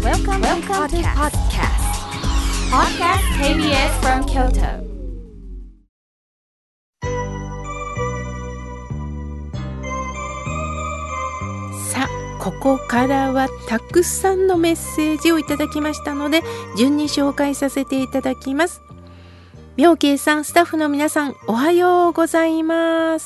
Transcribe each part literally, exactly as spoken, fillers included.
Welcome, Welcome to podcast. Podcast ケービーエス from Kyoto. さあ、ここからはたくさんのメッセージをいただきましたので、順に紹介させていただきます。妙慶さん、スタッフの皆さん、おはようございます。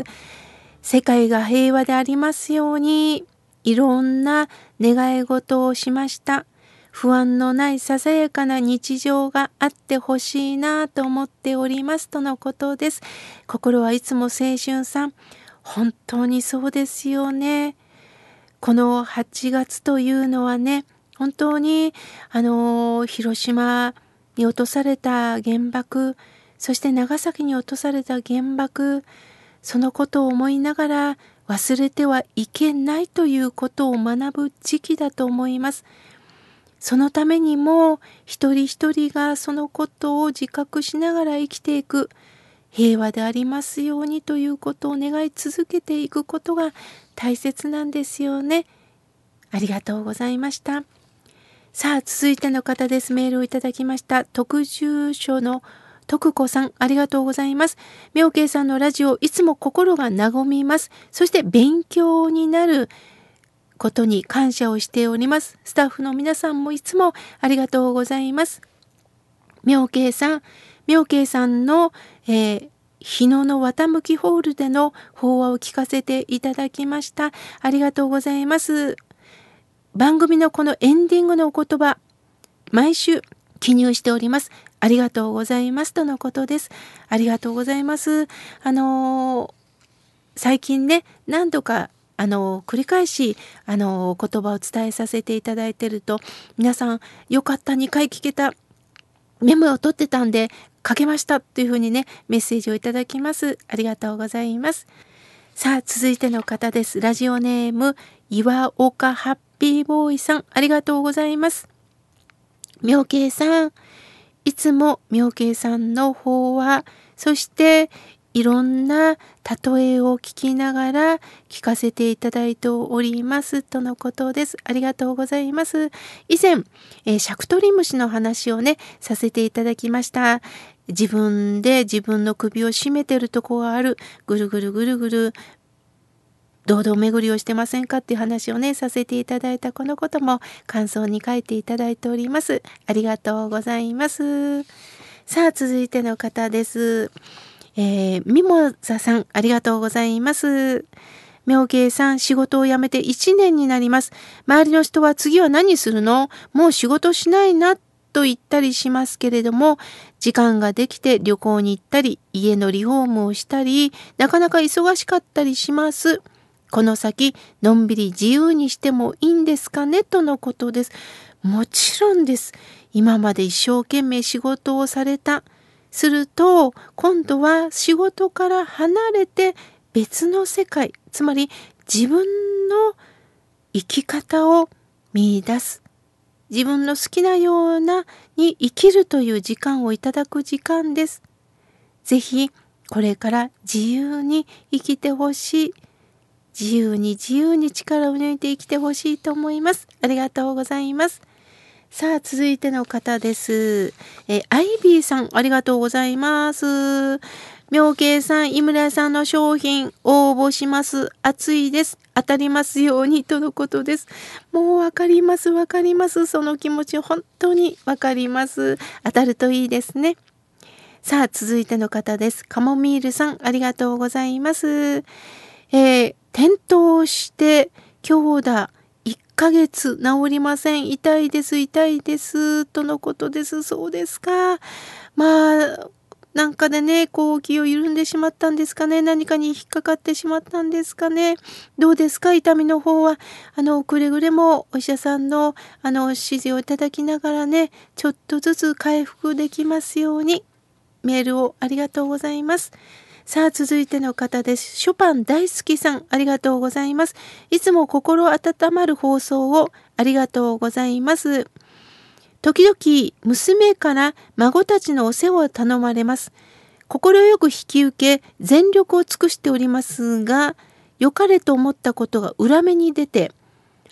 世界が平和でありますように、いろんな願い事をしました。不安のないささやかな日常があってほしいなと思っておりますとのことです。心はいつも青春さん、本当にそうですよね。このはちがつというのはね、本当にあの広島に落とされた原爆、そして長崎に落とされた原爆、そのことを思いながら忘れてはいけないということを学ぶ時期だと思います。そのためにも一人一人がそのことを自覚しながら生きていく、平和でありますようにということを願い続けていくことが大切なんですよね。ありがとうございました。さあ、続いての方です。メールをいただきました。特住所の徳子さん、ありがとうございます。妙慶さんのラジオ、いつも心が和みます。そして勉強になることに感謝をしております。スタッフの皆さんもいつもありがとうございます。妙慶さん、妙慶さんの、えー、日野の綿向きホールでの法話を聞かせていただきました。ありがとうございます。番組のこのエンディングのお言葉、毎週記入しております。ありがとうございますとのことです。ありがとうございます。あのー、最近ね、何度かあのー、繰り返しあのー、言葉を伝えさせていただいていると、皆さんよかった、にかい聞けた、メモを取ってたんで書けましたというふうにね、メッセージをいただきます。ありがとうございます。さあ、続いての方です。ラジオネーム岩岡ハッピーボーイさん、ありがとうございます。妙慶さん、いつも妙慶さんの法話、そしていろんな例えを聞きながら聞かせていただいておりますとのことです。ありがとうございます。以前、えー、シャクトリムシの話をね、させていただきました。自分で自分の首を絞めてるとこがある。ぐるぐるぐるぐる堂々巡りをしてませんかっていう話をね、させていただいたこのことも感想に書いていただいております。ありがとうございます。さあ、続いての方です。えー、ミモザさん、ありがとうございます。妙慶さん、仕事を辞めていちねんになります。周りの人は次は何するの？もう仕事しないなと言ったりしますけれども、時間ができて旅行に行ったり、家のリフォームをしたり、なかなか忙しかったりします。この先、のんびり自由にしてもいいんですかねとのことです。もちろんです。今まで一生懸命仕事をされた。すると、今度は仕事から離れて別の世界、つまり自分の生き方を見出す。自分の好きなようなに生きるという時間をいただく時間です。ぜひ、これから自由に生きてほしい。自由に自由に力を抜いて生きてほしいと思います。ありがとうございます。さあ、続いての方です。え、アイビーさん、ありがとうございます。妙慶さん、井村さんの商品応募します。熱いです。当たりますようにとのことです。もうわかります、わかります。その気持ち本当にわかります。当たるといいですね。さあ、続いての方です。カモミールさん、ありがとうございます。えー、転倒して強打いっかげつ治りません。痛いです痛いですとのことです。そうですか。まあなんかでね、こう気を緩んでしまったんですかね。何かに引っかかってしまったんですかね。どうですか、痛みの方は。あのくれぐれもお医者さんのあの指示をいただきながらね、ちょっとずつ回復できますように。メールをありがとうございます。さあ、続いての方です。ショパン大好きさん、ありがとうございます。いつも心温まる放送をありがとうございます。時々、娘から孫たちのお世話を頼まれます。心よく引き受け、全力を尽くしておりますが、良かれと思ったことが裏目に出て、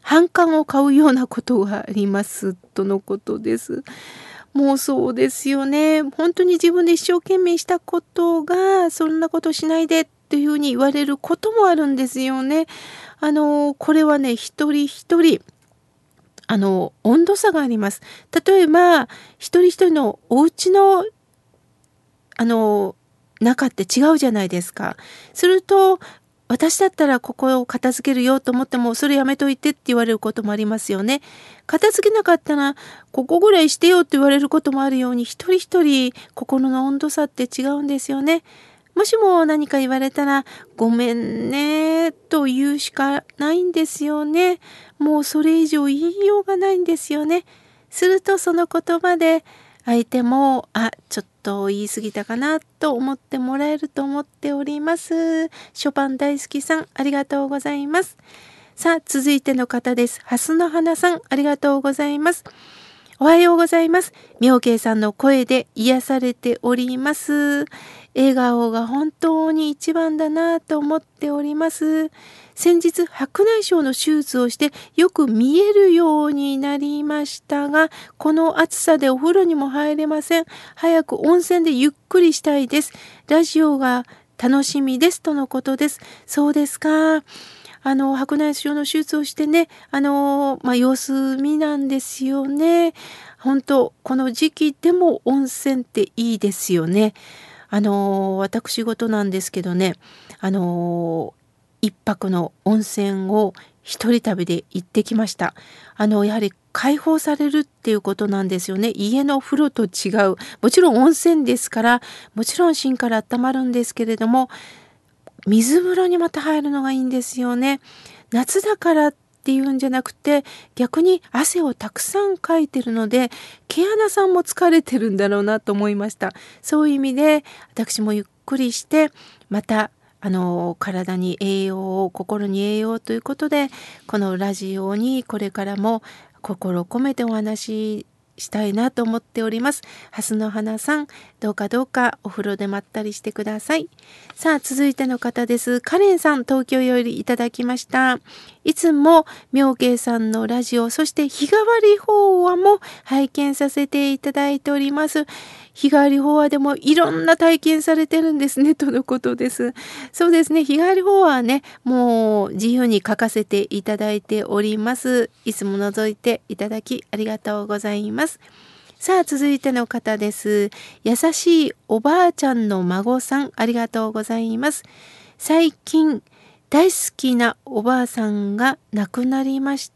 反感を買うようなことがありますとのことです。もうそうですよね。本当に自分で一生懸命したことがそんなことしないでっていうふうに言われることもあるんですよね。あのこれはね、一人一人あの温度差があります。例えば一人一人のお家のあの中って違うじゃないですか。すると私だったらここを片付けるよと思ってもそれやめといてって言われることもありますよね。片付けなかったらここぐらいしてよって言われることもあるように、一人一人心の温度差って違うんですよね。もしも何か言われたらごめんねと言うしかないんですよね。もうそれ以上言いようがないんですよね。するとその言葉で相手もあちょっと言い過ぎたかなと思ってもらえると思っております。ショパン大好きさん、ありがとうございます。さあ続いての方です。ハスの花さん、ありがとうございます。おはようございます。妙慶さんの声で癒されております。笑顔が本当に一番だなと思っております。先日白内障の手術をしてよく見えるようになりましたが、この暑さでお風呂にも入れません。早く温泉でゆっくりしたいです。ラジオが楽しみですとのことです。そうですか。あの白内障の手術をしてね、あのまあ、様子見なんですよね。本当この時期でも温泉っていいですよね。あの私事なんですけどね、あの一泊の温泉を一人旅で行ってきました。あのやはり解放されるっていうことなんですよね。家のお風呂と違う。もちろん温泉ですから、もちろん芯から温まるんですけれども、水風呂にまた入るのがいいんですよね。夏だからっていうんじゃなくて、逆に汗をたくさんかいてるので、毛穴さんも疲れてるんだろうなと思いました。そういう意味で私もゆっくりして、またあの体に栄養を、心に栄養ということで、このラジオにこれからも心を込めてお話ししたいなと思っております。ハスの花さん、どうかどうかお風呂でまったりしてください。さあ続いての方です。カレンさん、東京よりいただきました。いつも妙慶さんのラジオ、そして日替わり法話も拝見させていただいております。日替わり法話でもいろんな体験されてるんですねとのことです。そうですね、日替わり法話はね、もう自由に書かせていただいております。いつも覗いていただきありがとうございます。さあ続いての方です。優しいおばあちゃんの孫さん、ありがとうございます。最近大好きなおばあさんが亡くなりました。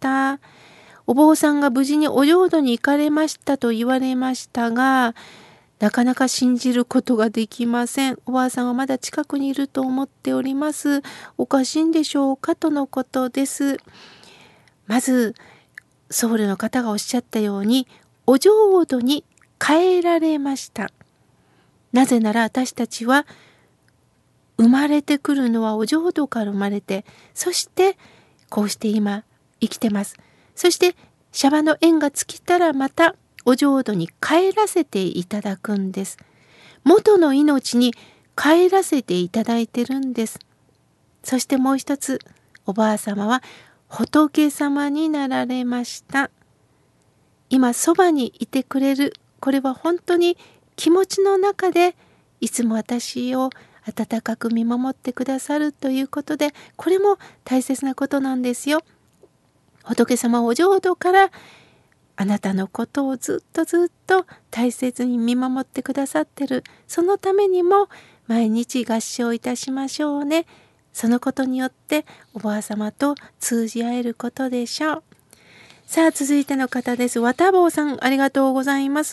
お坊さんが無事にお浄土に行かれましたと言われましたが、なかなか信じることができません。おばあさんはまだ近くにいると思っております。おかしいんでしょうかとのことです。まず僧侶の方がおっしゃったように、お浄土に帰られました。なぜなら私たちは生まれてくるのはお浄土から生まれて、そしてこうして今生きてます。そしてシャバの縁が尽きたらまたお浄土に帰らせていただくんです。元の命に帰らせていただいてるんです。そしてもう一つ、おばあ様は仏様になられました。今そばにいてくれる、これは本当に気持ちの中でいつも私を温かく見守ってくださるということで、これも大切なことなんですよ。仏様お浄土からあなたのことをずっとずっと大切に見守ってくださってる。そのためにも毎日合唱いたしましょうね。そのことによっておばあ様と通じ合えることでしょう。さあ続いての方です。わたぼうさん、ありがとうございます。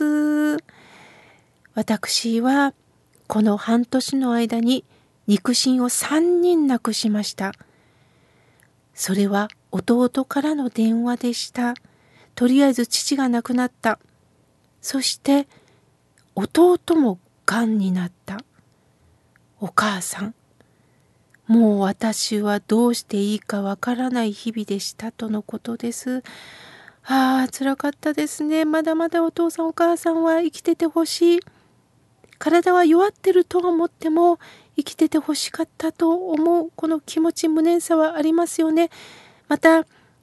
私はこの半年の間に肉親をさんにん亡くしました。それは弟からの電話でした。とりあえず父が亡くなった。そして弟もがんになった。お母さん、もう私はどうしていいかわからない日々でしたとのことです。ああ、辛かったですね。まだまだお父さんお母さんは生きててほしい。体は弱ってるとは思っても生きててほしかったと思うこの気持ち、無念さはありますよね。また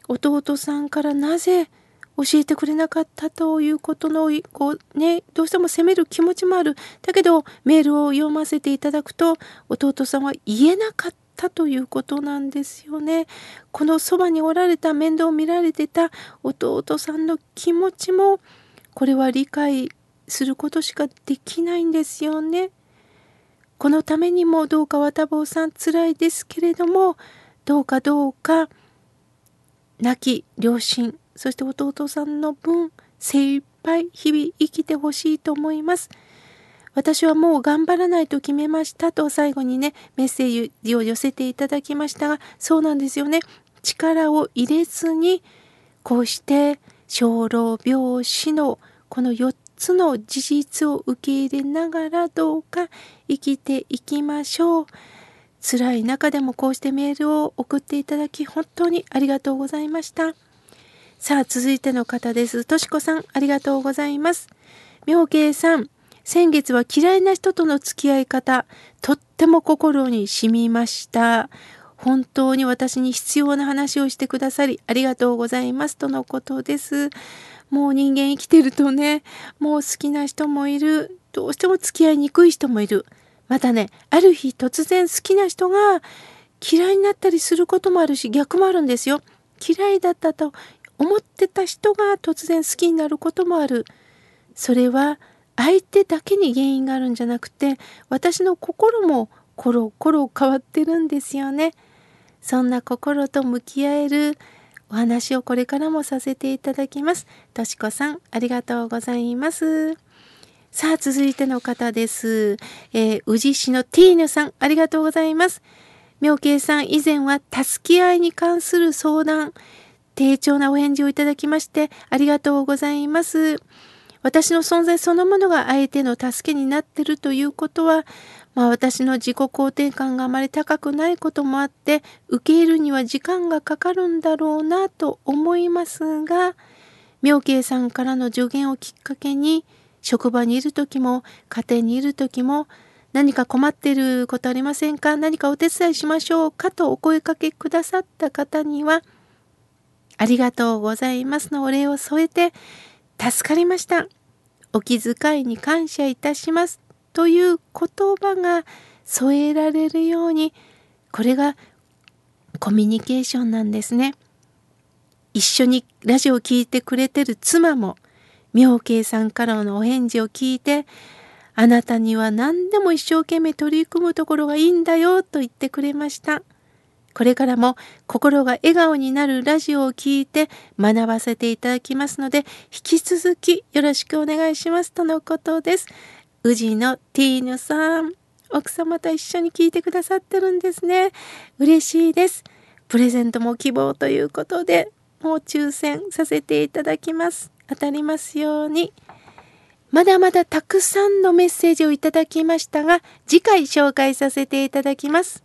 弟さんからなぜ教えてくれなかったということのこう、ね、どうしても責める気持ちもある。だけどメールを読ませていただくと、弟さんは言えなかったということなんですよね。このそばにおられた、面倒を見られてた弟さんの気持ちも、これは理解することしかできないんですよね。このためにもどうか綿坊さん辛いですけれども、どうかどうか亡き両親、そして弟さんの分精一杯日々生きてほしいと思います。私はもう頑張らないと決めましたと最後にね、メッセージを寄せていただきましたが、そうなんですよね。力を入れずに、こうして生老病死のこのよっつの事実を受け入れながら、どうか生きていきましょう。辛い中でもこうしてメールを送っていただき、本当にありがとうございました。さあ、続いての方です。としこさん、ありがとうございます。妙慶さん、先月は嫌いな人との付き合い方、とっても心に染みました。本当に私に必要な話をしてくださりありがとうございますとのことです。もう人間生きてるとね、もう好きな人もいる。どうしても付き合いにくい人もいる。またね、ある日突然好きな人が嫌いになったりすることもあるし、逆もあるんですよ。嫌いだったと思ってた人が突然好きになることもある。それは相手だけに原因があるんじゃなくて、私の心もコロコロ変わってるんですよね。そんな心と向き合えるお話をこれからもさせていただきます。としこさん、ありがとうございます。さあ、続いての方です。えー、宇治市のティーヌさん、ありがとうございます。妙慶さん、以前は助け合いに関する相談、丁重なお返事をいただきましてありがとうございます。私の存在そのものが相手の助けになっているということは、まあ私の自己肯定感があまり高くないこともあって、受け入れるには時間がかかるんだろうなと思いますが、妙慶さんからの助言をきっかけに、職場にいる時も家庭にいる時も、何か困っていることありませんか？何かお手伝いしましょうかとお声かけくださった方には、ありがとうございますのお礼を添えて、助かりました。お気遣いに感謝いたしますという言葉が添えられるように、これがコミュニケーションなんですね。一緒にラジオを聞いてくれてる妻も妙慶さんからのお返事を聞いて、あなたには何でも一生懸命取り組むところがいいんだよと言ってくれました。これからも心が笑顔になるラジオを聞いて学ばせていただきますので、引き続きよろしくお願いしますとのことです。宇治のティーヌさん、奥様と一緒に聞いてくださってるんですね。嬉しいです。プレゼントも希望ということで、もう抽選させていただきます。当たりますように。まだまだたくさんのメッセージをいただきましたが、次回紹介させていただきます。